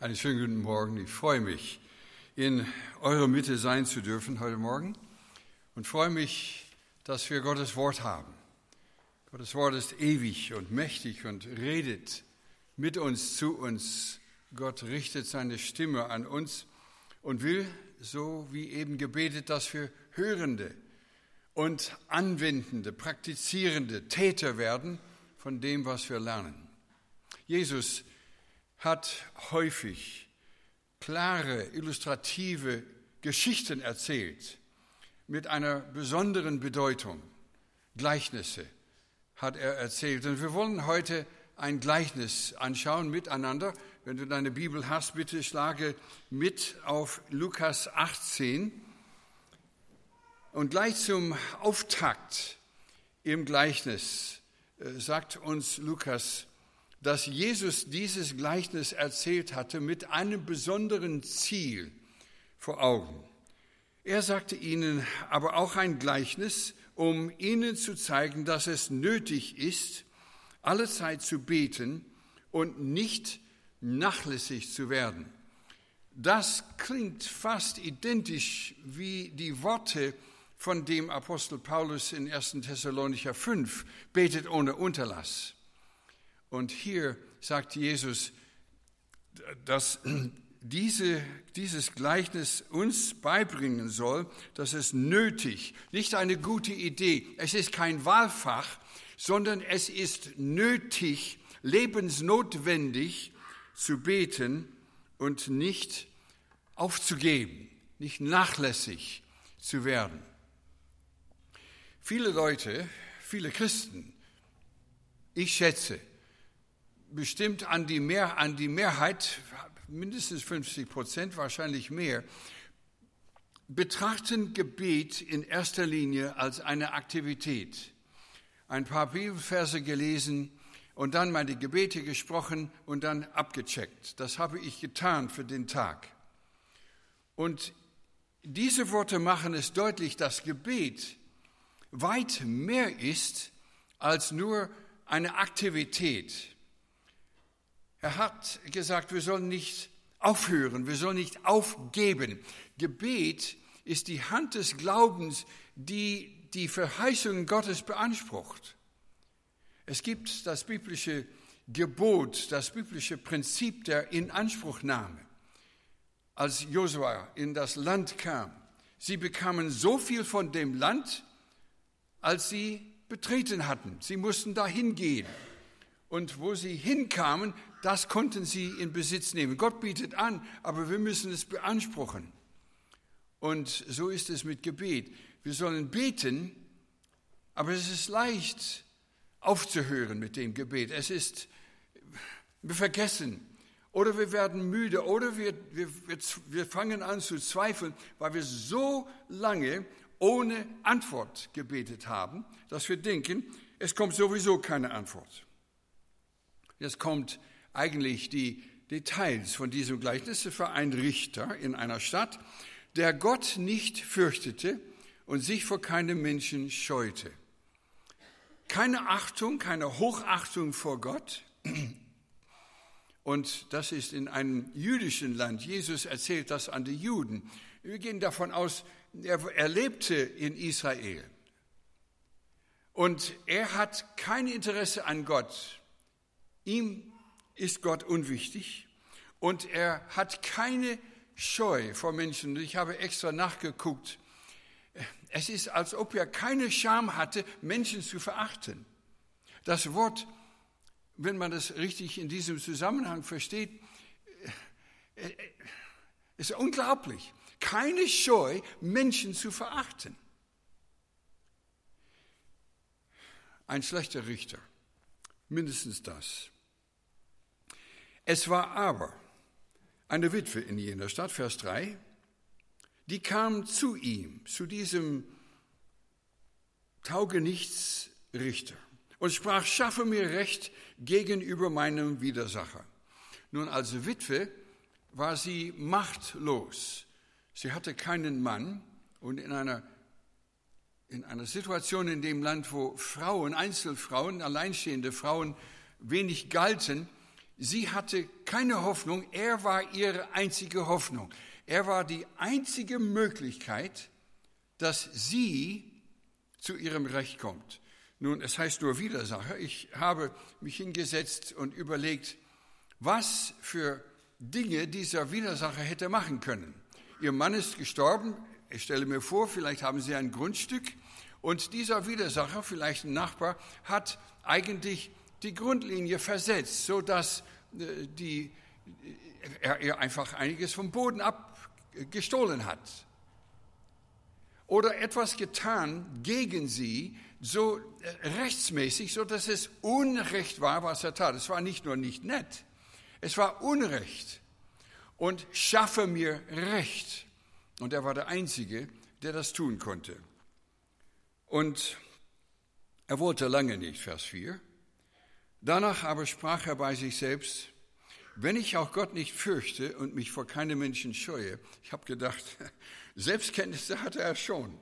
Einen schönen guten Morgen. Ich freue mich, in eurer Mitte sein zu dürfen heute Morgen und freue mich, dass wir Gottes Wort haben. Gottes Wort ist ewig und mächtig und redet mit uns, zu uns. Gott richtet seine Stimme an uns und will, so wie eben gebetet, dass wir Hörende und Anwendende, Praktizierende, Täter werden von dem, was wir lernen. Jesus hat häufig klare, illustrative Geschichten erzählt mit einer besonderen Bedeutung. Gleichnisse hat er erzählt. Und wir wollen heute ein Gleichnis anschauen miteinander. Wenn du deine Bibel hast, bitte schlage mit auf Lukas 18. Und gleich zum Auftakt im Gleichnis sagt uns Lukas, dass Jesus dieses Gleichnis erzählt hatte mit einem besonderen Ziel vor Augen. Er sagte ihnen aber auch ein Gleichnis, um ihnen zu zeigen, dass es nötig ist, allezeit zu beten und nicht nachlässig zu werden. Das klingt fast identisch wie die Worte von dem Apostel Paulus in 1. Thessalonicher 5, betet ohne Unterlass. Und hier sagt Jesus, dass dieses Gleichnis uns beibringen soll, dass es nötig, nicht eine gute Idee, es ist kein Wahlfach, sondern es ist nötig, lebensnotwendig zu beten und nicht aufzugeben, nicht nachlässig zu werden. Viele Leute, viele Christen, ich schätze, bestimmt an die Mehrheit, mindestens 50%, wahrscheinlich mehr, betrachten Gebet in erster Linie als eine Aktivität. Ein paar Bibelverse gelesen und dann meine Gebete gesprochen und dann abgecheckt. Das habe ich getan für den Tag. Und diese Worte machen es deutlich, dass Gebet weit mehr ist als nur eine Aktivität. Er hat gesagt, wir sollen nicht aufhören, wir sollen nicht aufgeben. Gebet ist die Hand des Glaubens, die die Verheißungen Gottes beansprucht. Es gibt das biblische Gebot, das biblische Prinzip der Inanspruchnahme. Als Josua in das Land kam, sie bekamen so viel von dem Land, als sie betreten hatten. Sie mussten dahin gehen. Und wo sie hinkamen, das konnten sie in Besitz nehmen. Gott bietet an, aber wir müssen es beanspruchen. Und so ist es mit Gebet. Wir sollen beten, aber es ist leicht aufzuhören mit dem Gebet. Wir vergessen oder wir werden müde oder wir fangen an zu zweifeln, weil wir so lange ohne Antwort gebetet haben, dass wir denken, es kommt sowieso keine Antwort. Jetzt kommt eigentlich die Details von diesem Gleichnis. Es war ein Richter in einer Stadt, der Gott nicht fürchtete und sich vor keinem Menschen scheute. Keine Achtung, keine Hochachtung vor Gott. Und das ist in einem jüdischen Land. Jesus erzählt das an die Juden. Wir gehen davon aus, er lebte in Israel. Und er hat kein Interesse an Gott. Ihm ist Gott unwichtig und er hat keine Scheu vor Menschen. Ich habe extra nachgeguckt. Es ist, als ob er keine Scham hatte, Menschen zu verachten. Das Wort, wenn man das richtig in diesem Zusammenhang versteht, ist unglaublich. Keine Scheu, Menschen zu verachten. Ein schlechter Richter. Mindestens das. Es war aber eine Witwe in jener Stadt, Vers 3, die kam zu ihm, zu diesem Taugenichtsrichter und sprach, schaffe mir Recht gegenüber meinem Widersacher. Nun, als Witwe war sie machtlos. Sie hatte keinen Mann und in einer Situation in dem Land, wo Frauen, Einzelfrauen, alleinstehende Frauen wenig galten, sie hatte keine Hoffnung, er war ihre einzige Hoffnung. Er war die einzige Möglichkeit, dass sie zu ihrem Recht kommt. Nun, es heißt nur Widersacher. Ich habe mich hingesetzt und überlegt, was für Dinge dieser Widersacher hätte machen können. Ihr Mann ist gestorben. Ich stelle mir vor, vielleicht haben sie ein Grundstück. Und dieser Widersacher, vielleicht ein Nachbar, hat eigentlich die Grundlinie versetzt, sodass er ihr einfach einiges vom Boden abgestohlen hat. Oder etwas getan gegen sie, so rechtsmäßig, so dass es Unrecht war, was er tat. Es war nicht nur nicht nett, es war Unrecht. Und schaffe mir Recht. Und er war der Einzige, der das tun konnte. Und er wollte lange nicht, Vers 4. Danach aber sprach er bei sich selbst, wenn ich auch Gott nicht fürchte und mich vor keinem Menschen scheue. Ich habe gedacht, Selbstkenntnisse hatte er schon.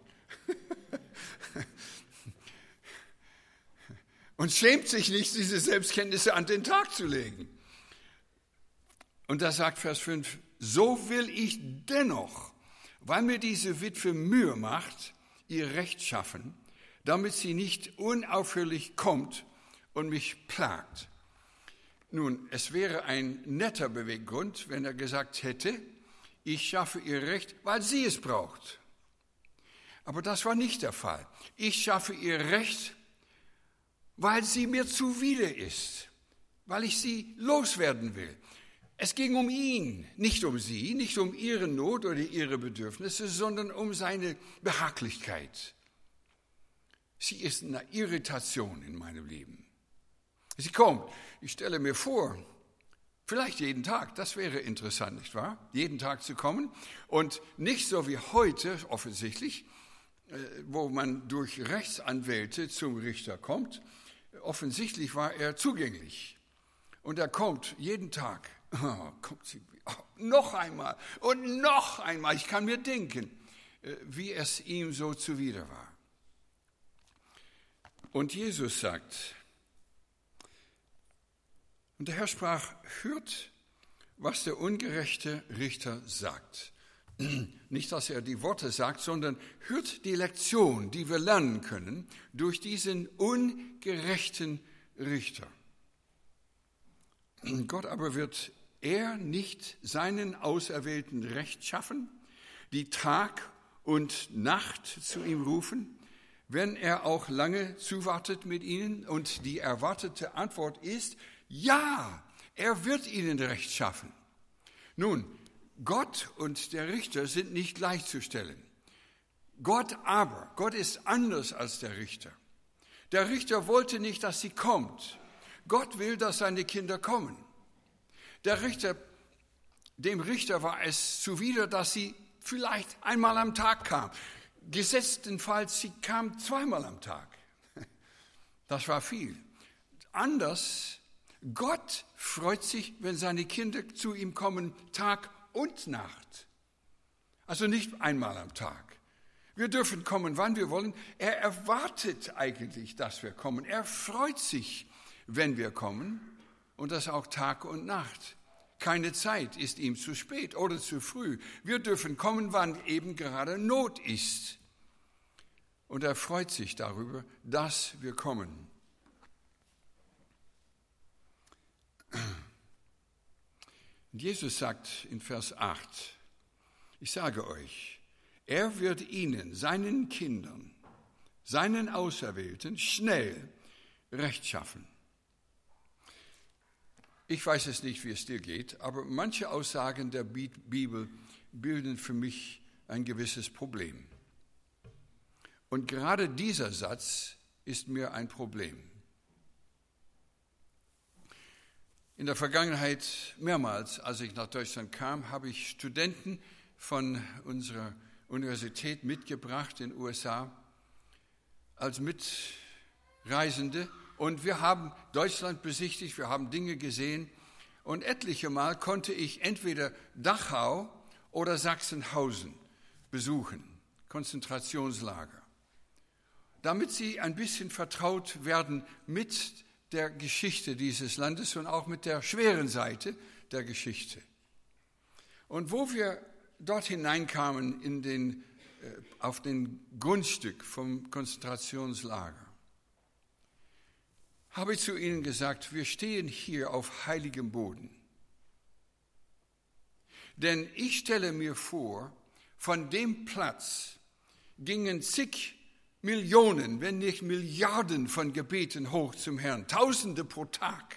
Und schämt sich nicht, diese Selbstkenntnisse an den Tag zu legen. Und da sagt Vers 5, so will ich dennoch, weil mir diese Witwe Mühe macht, ihr Recht schaffen, damit sie nicht unaufhörlich kommt und mich plagt. Nun, es wäre ein netter Beweggrund, wenn er gesagt hätte, ich schaffe ihr Recht, weil sie es braucht. Aber das war nicht der Fall. Ich schaffe ihr Recht, weil sie mir zuwider ist, weil ich sie loswerden will. Es ging um ihn, nicht um sie, nicht um ihre Not oder ihre Bedürfnisse, sondern um seine Behaglichkeit. Sie ist eine Irritation in meinem Leben. Sie kommt, ich stelle mir vor, vielleicht jeden Tag, das wäre interessant, nicht wahr? Jeden Tag zu kommen und nicht so wie heute offensichtlich, wo man durch Rechtsanwälte zum Richter kommt. Offensichtlich war er zugänglich und er kommt jeden Tag. Kommt sie, noch einmal und noch einmal. Ich kann mir denken, wie es ihm so zuwider war. Und Jesus sagt, und der Herr sprach, hört, was der ungerechte Richter sagt. Nicht, dass er die Worte sagt, sondern hört die Lektion, die wir lernen können durch diesen ungerechten Richter. Gott aber wird er nicht seinen Auserwählten Recht schaffen, die Tag und Nacht zu ihm rufen, wenn er auch lange zuwartet mit ihnen? Und die erwartete Antwort ist, ja, er wird ihnen Recht schaffen. Nun, Gott und der Richter sind nicht gleichzustellen. Gott ist anders als der Richter. Der Richter wollte nicht, dass sie kommt. Gott will, dass seine Kinder kommen. Dem Richter war es zuwider, dass sie vielleicht einmal am Tag kam. Gesetztenfalls, sie kam zweimal am Tag. Das war viel. Anders, Gott freut sich, wenn seine Kinder zu ihm kommen, Tag und Nacht. Also nicht einmal am Tag. Wir dürfen kommen, wann wir wollen. Er erwartet eigentlich, dass wir kommen. Er freut sich, wenn wir kommen. Und das auch Tag und Nacht. Keine Zeit ist ihm zu spät oder zu früh. Wir dürfen kommen, wann eben gerade Not ist. Und er freut sich darüber, dass wir kommen. Und Jesus sagt in Vers 8, ich sage euch, er wird ihnen, seinen Kindern, seinen Auserwählten, schnell Recht schaffen. Ich weiß es nicht, wie es dir geht, aber manche Aussagen der Bibel bilden für mich ein gewisses Problem. Und gerade dieser Satz ist mir ein Problem. In der Vergangenheit mehrmals, als ich nach Deutschland kam, habe ich Studenten von unserer Universität mitgebracht in den USA als Mitreisende. Und wir haben Deutschland besichtigt, wir haben Dinge gesehen. Und etliche Mal konnte ich entweder Dachau oder Sachsenhausen besuchen, Konzentrationslager, damit sie ein bisschen vertraut werden mit der Geschichte dieses Landes und auch mit der schweren Seite, der Geschichte. Und wo wir dort hineinkamen auf den Grundstück vom Konzentrationslager, habe ich zu ihnen gesagt, wir stehen hier auf heiligem Boden. Denn ich stelle mir vor, von dem Platz gingen zig Millionen, wenn nicht Milliarden von Gebeten hoch zum Herrn, Tausende pro Tag.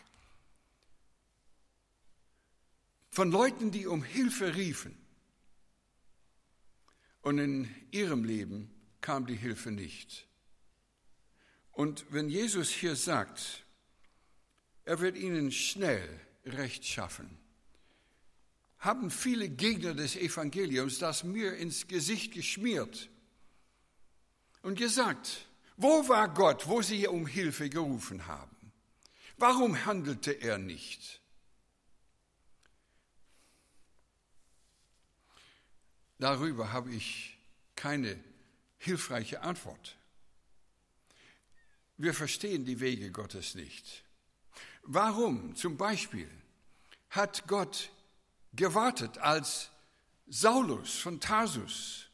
Von Leuten, die um Hilfe riefen. Und in ihrem Leben kam die Hilfe nicht. Und wenn Jesus hier sagt, er wird ihnen schnell Recht schaffen, haben viele Gegner des Evangeliums das mir ins Gesicht geschmiert und gesagt, wo war Gott, wo sie um Hilfe gerufen haben? Warum handelte er nicht? Darüber habe ich keine hilfreiche Antwort. Wir verstehen die Wege Gottes nicht. Warum zum Beispiel hat Gott gewartet, als Saulus von Tarsus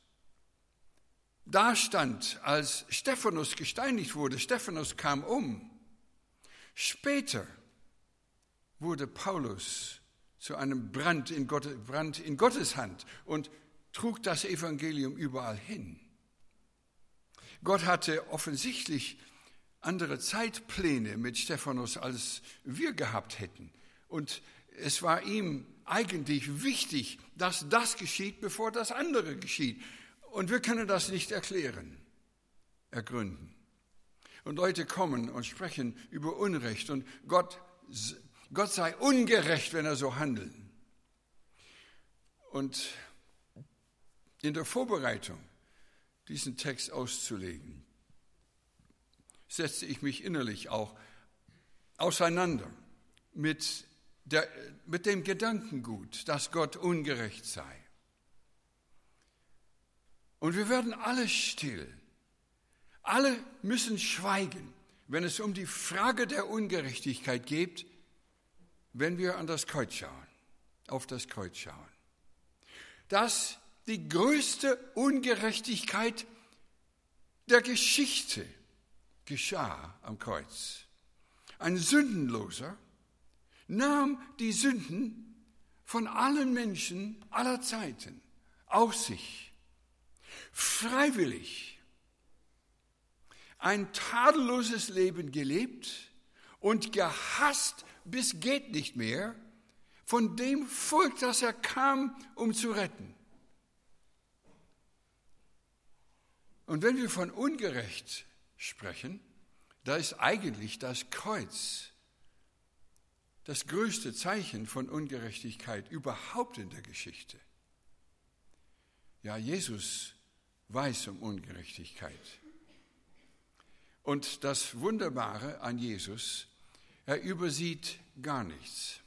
dastand, als Stephanus gesteinigt wurde? Stephanus kam um. Später wurde Paulus zu einem Brand in Gottes Hand und trug das Evangelium überall hin. Gott hatte offensichtlich andere Zeitpläne mit Stephanus, als wir gehabt hätten. Und es war ihm eigentlich wichtig, dass das geschieht, bevor das andere geschieht. Und wir können das nicht ergründen. Und Leute kommen und sprechen über Unrecht und Gott sei ungerecht, wenn er so handelt. Und in der Vorbereitung, diesen Text auszulegen, setzte ich mich innerlich auch auseinander mit dem Gedankengut, dass Gott ungerecht sei. Und wir werden alle still. Alle müssen schweigen, wenn es um die Frage der Ungerechtigkeit geht, wenn wir an das Kreuz schauen, auf das Kreuz schauen. Dass die größte Ungerechtigkeit der Geschichte geschah am Kreuz. Ein Sündenloser nahm die Sünden von allen Menschen aller Zeiten auf sich, freiwillig, ein tadelloses Leben gelebt und gehasst bis geht nicht mehr von dem Volk, das er kam, um zu retten. Und wenn wir von ungerecht sprechen, da ist eigentlich das Kreuz das größte Zeichen von Ungerechtigkeit überhaupt in der Geschichte. Ja, Jesus weiß um Ungerechtigkeit. Und das Wunderbare an Jesus, er übersieht gar nichts.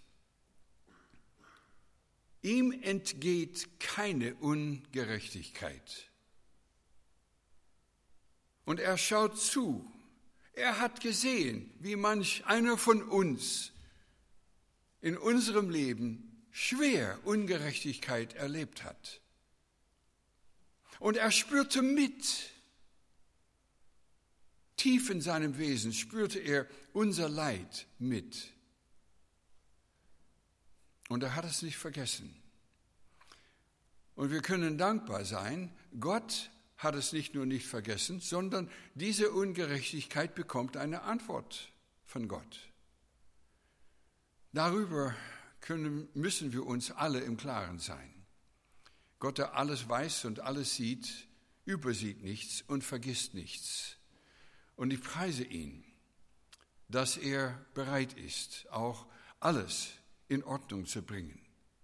Ihm entgeht keine Ungerechtigkeit. Und er schaut zu. Er hat gesehen, wie manch einer von uns in unserem Leben schwer Ungerechtigkeit erlebt hat. Und er spürte mit. Tief in seinem Wesen spürte er unser Leid mit. Und er hat es nicht vergessen. Und wir können dankbar sein, Gott hat es nicht nur nicht vergessen, sondern diese Ungerechtigkeit bekommt eine Antwort von Gott. Darüber müssen wir uns alle im Klaren sein. Gott, der alles weiß und alles sieht, übersieht nichts und vergisst nichts. Und ich preise ihn, dass er bereit ist, auch alles in Ordnung zu bringen.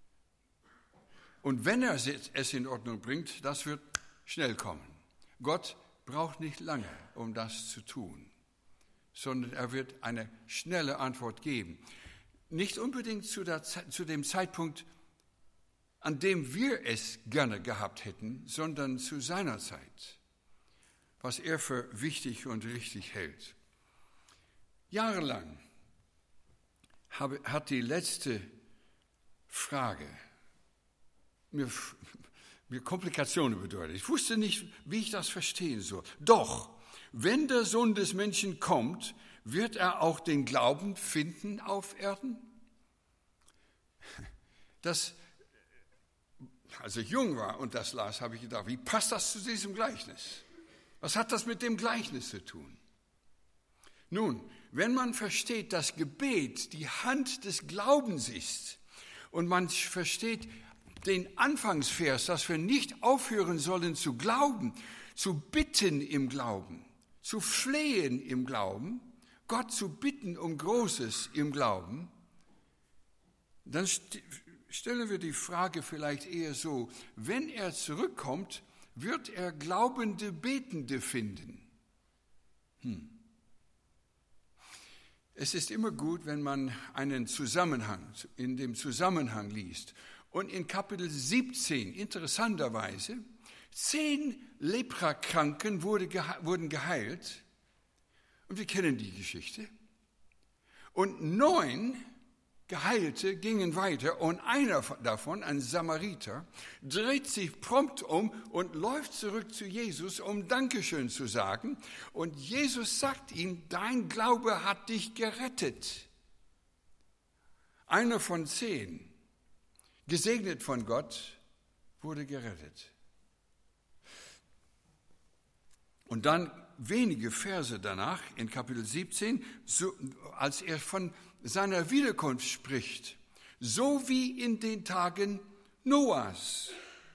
Und wenn er es in Ordnung bringt, das wird schnell kommen. Gott braucht nicht lange, um das zu tun, sondern er wird eine schnelle Antwort geben. Nicht unbedingt zu dem Zeitpunkt, an dem wir es gerne gehabt hätten, sondern zu seiner Zeit, was er für wichtig und richtig hält. Jahrelang hat die letzte Frage mir Komplikationen bedeutet. Ich wusste nicht, wie ich das verstehen soll. Doch, wenn der Sohn des Menschen kommt, wird er auch den Glauben finden auf Erden? Als ich jung war und das las, habe ich gedacht, wie passt das zu diesem Gleichnis? Was hat das mit dem Gleichnis zu tun? Nun, wenn man versteht, dass Gebet die Hand des Glaubens ist und man versteht den Anfangsvers, dass wir nicht aufhören sollen zu glauben, zu bitten im Glauben, zu flehen im Glauben, Gott zu bitten um Großes im Glauben, dann stellen wir die Frage vielleicht eher so, wenn er zurückkommt, wird er glaubende Betende finden? Es ist immer gut, wenn man einen Zusammenhang, in dem Zusammenhang liest. Und in Kapitel 17, interessanterweise, 10 Leprakranken wurden geheilt. Und wir kennen die Geschichte. Und 9 Geheilte gingen weiter und einer davon, ein Samariter, dreht sich prompt um und läuft zurück zu Jesus, um Dankeschön zu sagen. Und Jesus sagt ihm, dein Glaube hat dich gerettet. Einer von 10, gesegnet von Gott, wurde gerettet. Und dann wenige Verse danach, in Kapitel 17, als er von seiner Wiederkunft spricht, so wie in den Tagen Noahs.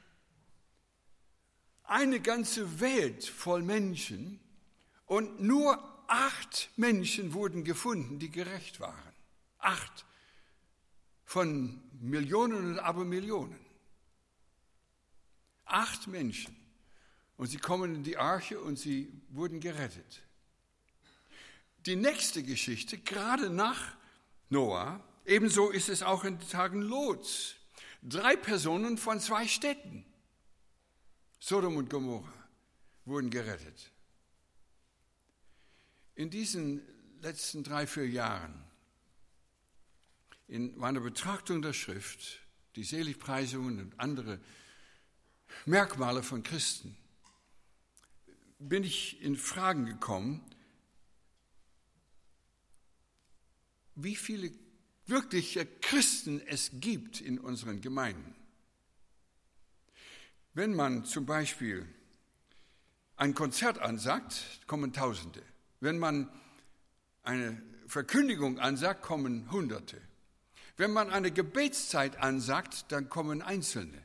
Eine ganze Welt voll Menschen und nur 8 Menschen wurden gefunden, die gerecht waren. 8 von Millionen und Abermillionen. 8 Menschen. Und sie kommen in die Arche und sie wurden gerettet. Die nächste Geschichte, gerade nach Noah, ebenso ist es auch in den Tagen Lots. 3 Personen von 2 Städten, Sodom und Gomorra, wurden gerettet. In diesen letzten 3-4 Jahren, in meiner Betrachtung der Schrift, die Seligpreisungen und andere Merkmale von Christen, bin ich in Fragen gekommen, wie viele wirkliche Christen es gibt in unseren Gemeinden. Wenn man zum Beispiel ein Konzert ansagt, kommen Tausende. Wenn man eine Verkündigung ansagt, kommen Hunderte. Wenn man eine Gebetszeit ansagt, dann kommen Einzelne.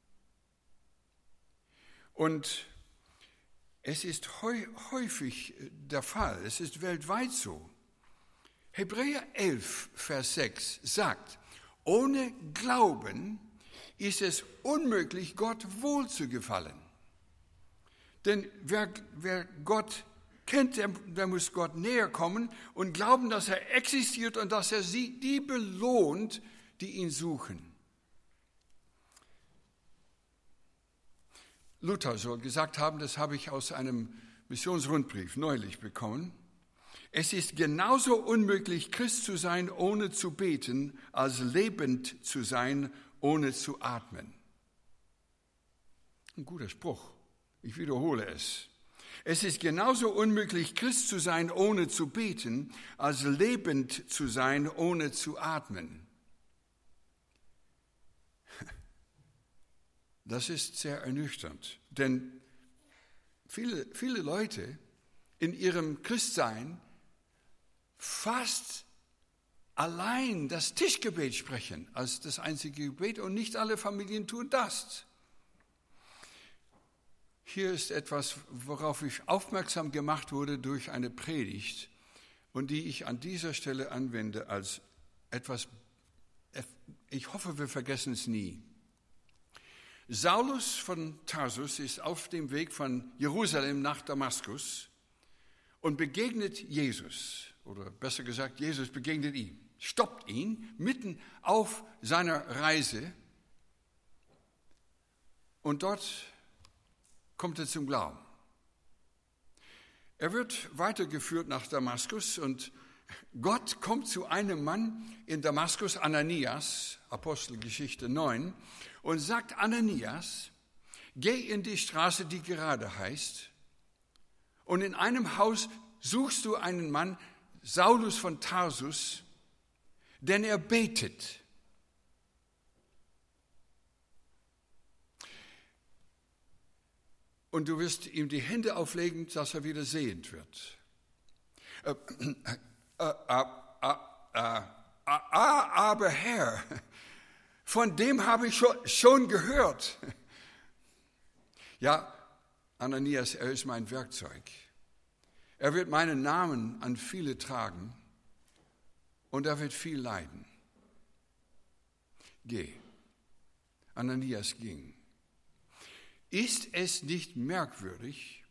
Und es ist häufig der Fall, es ist weltweit so. Hebräer 11, Vers 6 sagt, ohne Glauben ist es unmöglich, Gott wohlzugefallen. Denn wer Gott kennt, der muss Gott näher kommen und glauben, dass er existiert und dass er die belohnt, die ihn suchen. Luther soll gesagt haben, das habe ich aus einem Missionsrundbrief neulich bekommen, es ist genauso unmöglich, Christ zu sein, ohne zu beten, als lebend zu sein, ohne zu atmen. Ein guter Spruch, ich wiederhole es. Es ist genauso unmöglich, Christ zu sein, ohne zu beten, als lebend zu sein, ohne zu atmen. Das ist sehr ernüchternd, denn viele Leute in ihrem Christsein fast allein das Tischgebet sprechen als das einzige Gebet und nicht alle Familien tun das. Hier ist etwas, worauf ich aufmerksam gemacht wurde durch eine Predigt und die ich an dieser Stelle anwende als etwas, ich hoffe, wir vergessen es nie. Saulus von Tarsus ist auf dem Weg von Jerusalem nach Damaskus und begegnet Jesus. Oder besser gesagt, Jesus begegnet ihm, stoppt ihn mitten auf seiner Reise und dort kommt er zum Glauben. Er wird weitergeführt nach Damaskus und Gott kommt zu einem Mann in Damaskus, Ananias, Apostelgeschichte 9, und sagt Ananias, geh in die Straße, die gerade heißt, und in einem Haus suchst du einen Mann, Saulus von Tarsus, denn er betet. Und du wirst ihm die Hände auflegen, dass er wieder sehend wird. Aber Herr, von dem habe ich schon gehört. Ja, Ananias, er ist mein Werkzeug. Er wird meinen Namen an viele tragen und er wird viel leiden. Geh. Ananias ging. Ist es nicht merkwürdig,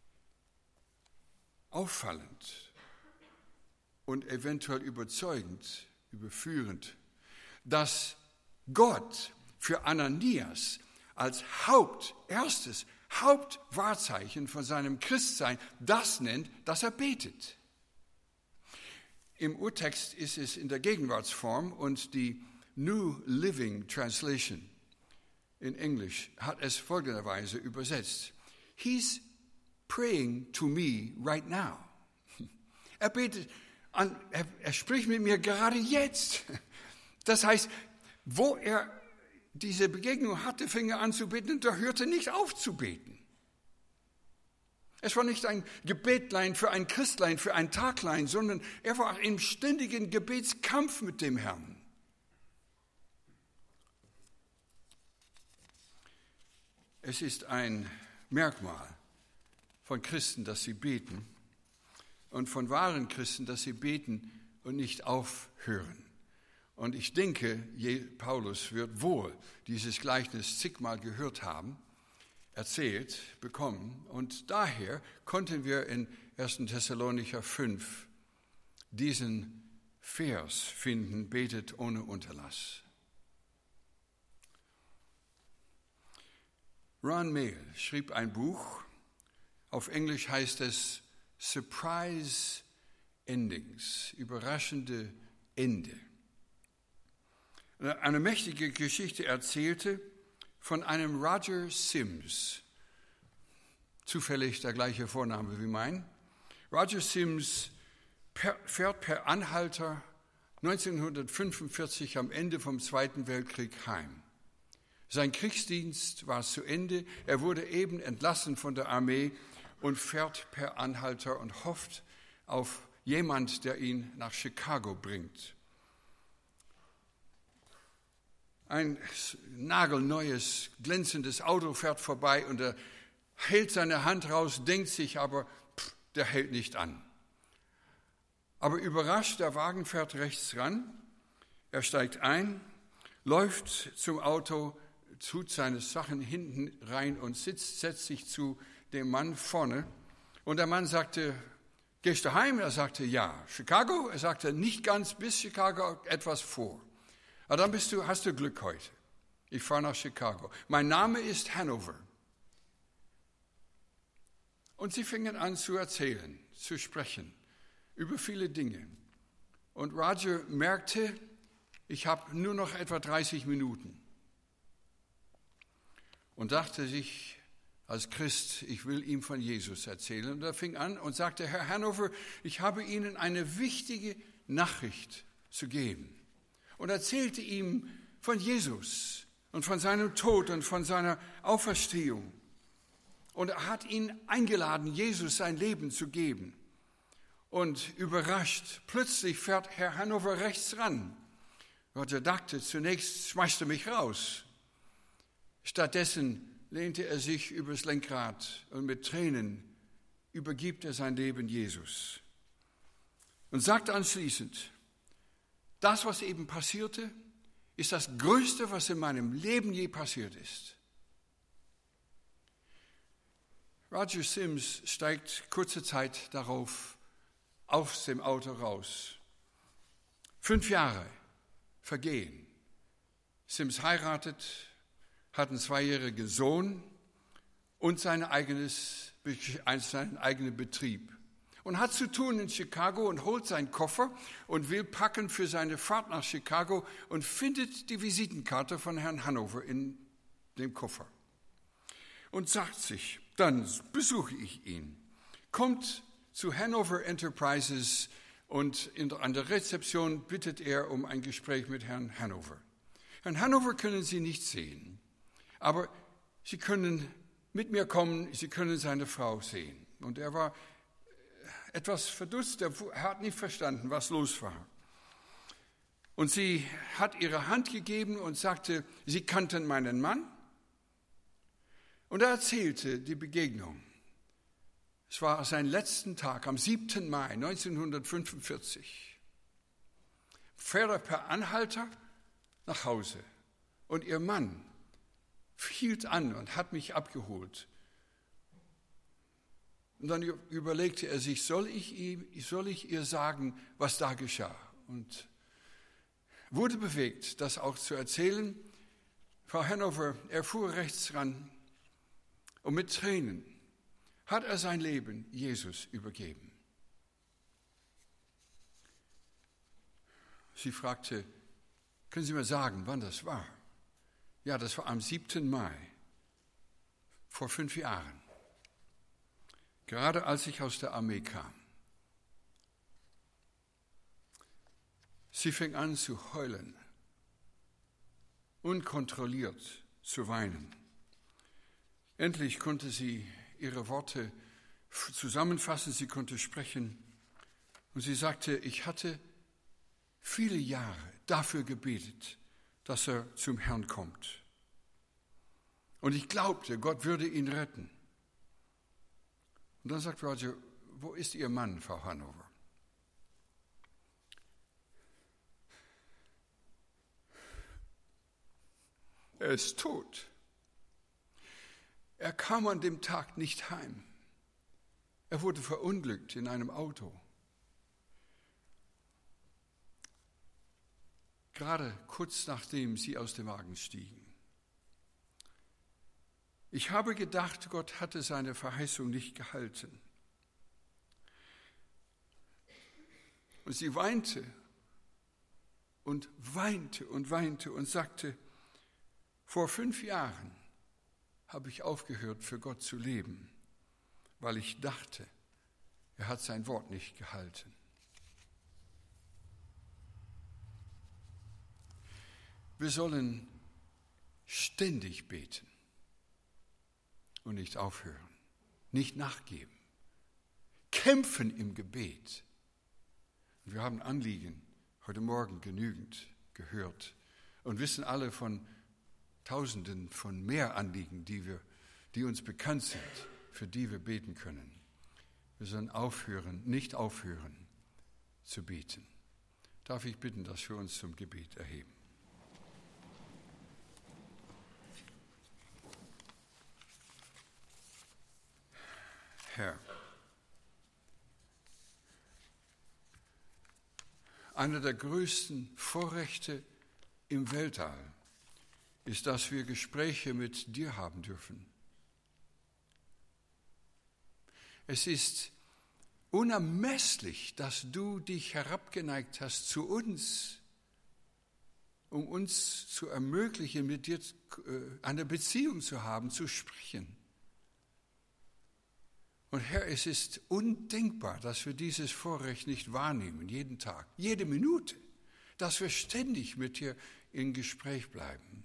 auffallend und eventuell überzeugend, überführend, dass Gott für Ananias als erstes Hauptwahrzeichen von seinem Christsein das nennt, dass er betet. Im Urtext ist es in der Gegenwartsform und die New Living Translation in Englisch hat es folgenderweise übersetzt. He's praying to me right now. Er betet er spricht mit mir gerade jetzt. Das heißt, wo er diese Begegnung hatte, fing er an zu beten und er hörte nicht auf zu beten. Es war nicht ein Gebetlein für ein Christlein, für ein Taglein, sondern er war im ständigen Gebetskampf mit dem Herrn. Es ist ein Merkmal von Christen, dass sie beten und von wahren Christen, dass sie beten und nicht aufhören. Und ich denke, Paulus wird wohl dieses Gleichnis zigmal gehört haben, erzählt, bekommen. Und daher konnten wir in 1. Thessalonicher 5 diesen Vers finden, betet ohne Unterlass. Ron Mayle schrieb ein Buch, auf Englisch heißt es Surprise Endings, überraschende Ende. Eine mächtige Geschichte erzählte von einem Roger Sims, zufällig der gleiche Vorname wie mein. Roger Sims fährt per Anhalter 1945 am Ende vom Zweiten Weltkrieg heim. Sein Kriegsdienst war zu Ende, er wurde eben entlassen von der Armee und fährt per Anhalter und hofft auf jemand, der ihn nach Chicago bringt. Ein nagelneues, glänzendes Auto fährt vorbei und er hält seine Hand raus, denkt sich aber, der hält nicht an. Aber überrascht, der Wagen fährt rechts ran, er steigt ein, läuft zum Auto, tut seine Sachen hinten rein und setzt sich zu dem Mann vorne. Und der Mann sagte, gehst du heim? Er sagte, ja. Chicago? Er sagte, nicht ganz bis Chicago, etwas vor. Aber dann hast du Glück heute. Ich fahre nach Chicago. Mein Name ist Hanover. Und sie fingen an zu erzählen, zu sprechen über viele Dinge. Und Roger merkte, ich habe nur noch etwa 30 Minuten. Und dachte sich als Christ, ich will ihm von Jesus erzählen. Und er fing an und sagte, Herr Hanover, ich habe Ihnen eine wichtige Nachricht zu geben. Und erzählte ihm von Jesus und von seinem Tod und von seiner Auferstehung. Und er hat ihn eingeladen, Jesus sein Leben zu geben. Und überrascht, plötzlich fährt Herr Hanover rechts ran. Roger dachte, zunächst schmeißt er mich raus. Stattdessen lehnte er sich übers Lenkrad und mit Tränen übergibt er sein Leben Jesus. Und sagt anschließend, das, was eben passierte, ist das Größte, was in meinem Leben je passiert ist. Roger Sims steigt kurze Zeit darauf aus dem Auto raus. 5 Jahre vergehen. Sims heiratet, hat einen 2-jährigen Sohn und seinen eigenen Betrieb. und hat zu tun in Chicago und holt seinen Koffer und will packen für seine Fahrt nach Chicago und findet die Visitenkarte von Herrn Hanover in dem Koffer und sagt sich, dann besuche ich ihn. Kommt zu Hanover Enterprises und an der Rezeption bittet er um ein Gespräch mit Herrn Hanover. Herrn Hanover können Sie nicht sehen, aber Sie können mit mir kommen, Sie können seine Frau sehen. Und er war etwas verdutzt, er hat nicht verstanden, was los war. Und sie hat ihre Hand gegeben und sagte, sie kannten meinen Mann. Und er erzählte die Begegnung. Es war sein letzten Tag, am 7. Mai 1945. Fährt er per Anhalter nach Hause. Und ihr Mann hielt an und hat mich abgeholt. Und dann überlegte er sich, soll ich ihr sagen, was da geschah? Und wurde bewegt, das auch zu erzählen. Frau Hanover, er fuhr rechts ran und mit Tränen hat er sein Leben Jesus übergeben. Sie fragte, können Sie mir sagen, wann das war? Ja, das war am 7. Mai, vor 5 Jahren. Gerade als ich aus der Armee kam. Sie fing an zu heulen, unkontrolliert zu weinen. Endlich konnte sie ihre Worte zusammenfassen, sie konnte sprechen. Und sie sagte, ich hatte viele Jahre dafür gebetet, dass er zum Herrn kommt. Und ich glaubte, Gott würde ihn retten. Und dann sagt Roger, wo ist Ihr Mann, Frau Hanover? Er ist tot. Er kam an dem Tag nicht heim. Er wurde verunglückt in einem Auto. Gerade kurz nachdem Sie aus dem Wagen stiegen. Ich habe gedacht, Gott hatte seine Verheißung nicht gehalten. Und sie weinte und weinte und weinte und sagte, vor 5 Jahren habe ich aufgehört, für Gott zu leben, weil ich dachte, er hat sein Wort nicht gehalten. Wir sollen ständig beten. Und nicht aufhören, nicht nachgeben, kämpfen im Gebet. Und wir haben Anliegen heute Morgen genügend gehört und wissen alle von Tausenden von mehr Anliegen, die uns bekannt sind, für die wir beten können. Wir sollen nicht aufhören zu beten. Darf ich bitten, dass wir uns zum Gebet erheben? Herr, einer der größten Vorrechte im Weltall ist, dass wir Gespräche mit dir haben dürfen. Es ist unermesslich, dass du dich herabgeneigt hast zu uns, um uns zu ermöglichen, mit dir eine Beziehung zu haben, zu sprechen. Und Herr, es ist undenkbar, dass wir dieses Vorrecht nicht wahrnehmen, jeden Tag, jede Minute, dass wir ständig mit dir in Gespräch bleiben.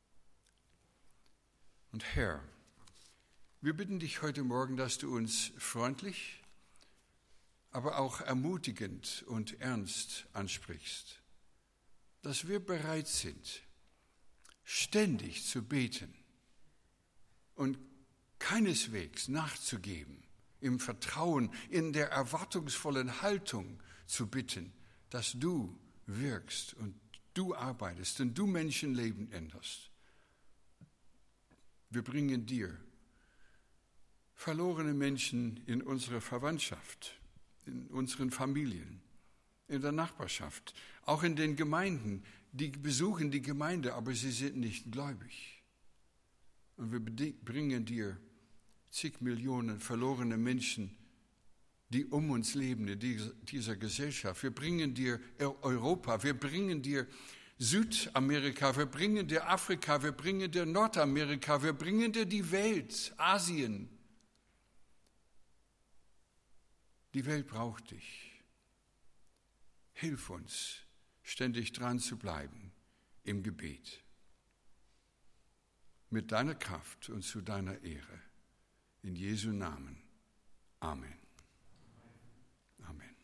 Und Herr, wir bitten dich heute Morgen, dass du uns freundlich, aber auch ermutigend und ernst ansprichst, dass wir bereit sind, ständig zu beten und keineswegs nachzugeben, im Vertrauen, in der erwartungsvollen Haltung zu bitten, dass du wirkst und du arbeitest und du Menschenleben änderst. Wir bringen dir verlorene Menschen in unsere Verwandtschaft, in unseren Familien, in der Nachbarschaft, auch in den Gemeinden, die besuchen die Gemeinde, aber sie sind nicht gläubig. Und wir bringen dir zig Millionen verlorene Menschen die um uns leben in dieser Gesellschaft. Wir bringen dir Europa, wir bringen dir Südamerika, wir bringen dir Afrika, wir bringen dir Nordamerika, wir bringen dir die Welt, Asien. Die Welt braucht dich. Hilf uns, ständig dran zu bleiben im Gebet. Mit deiner Kraft und zu deiner Ehre. In Jesu Namen. Amen. Amen.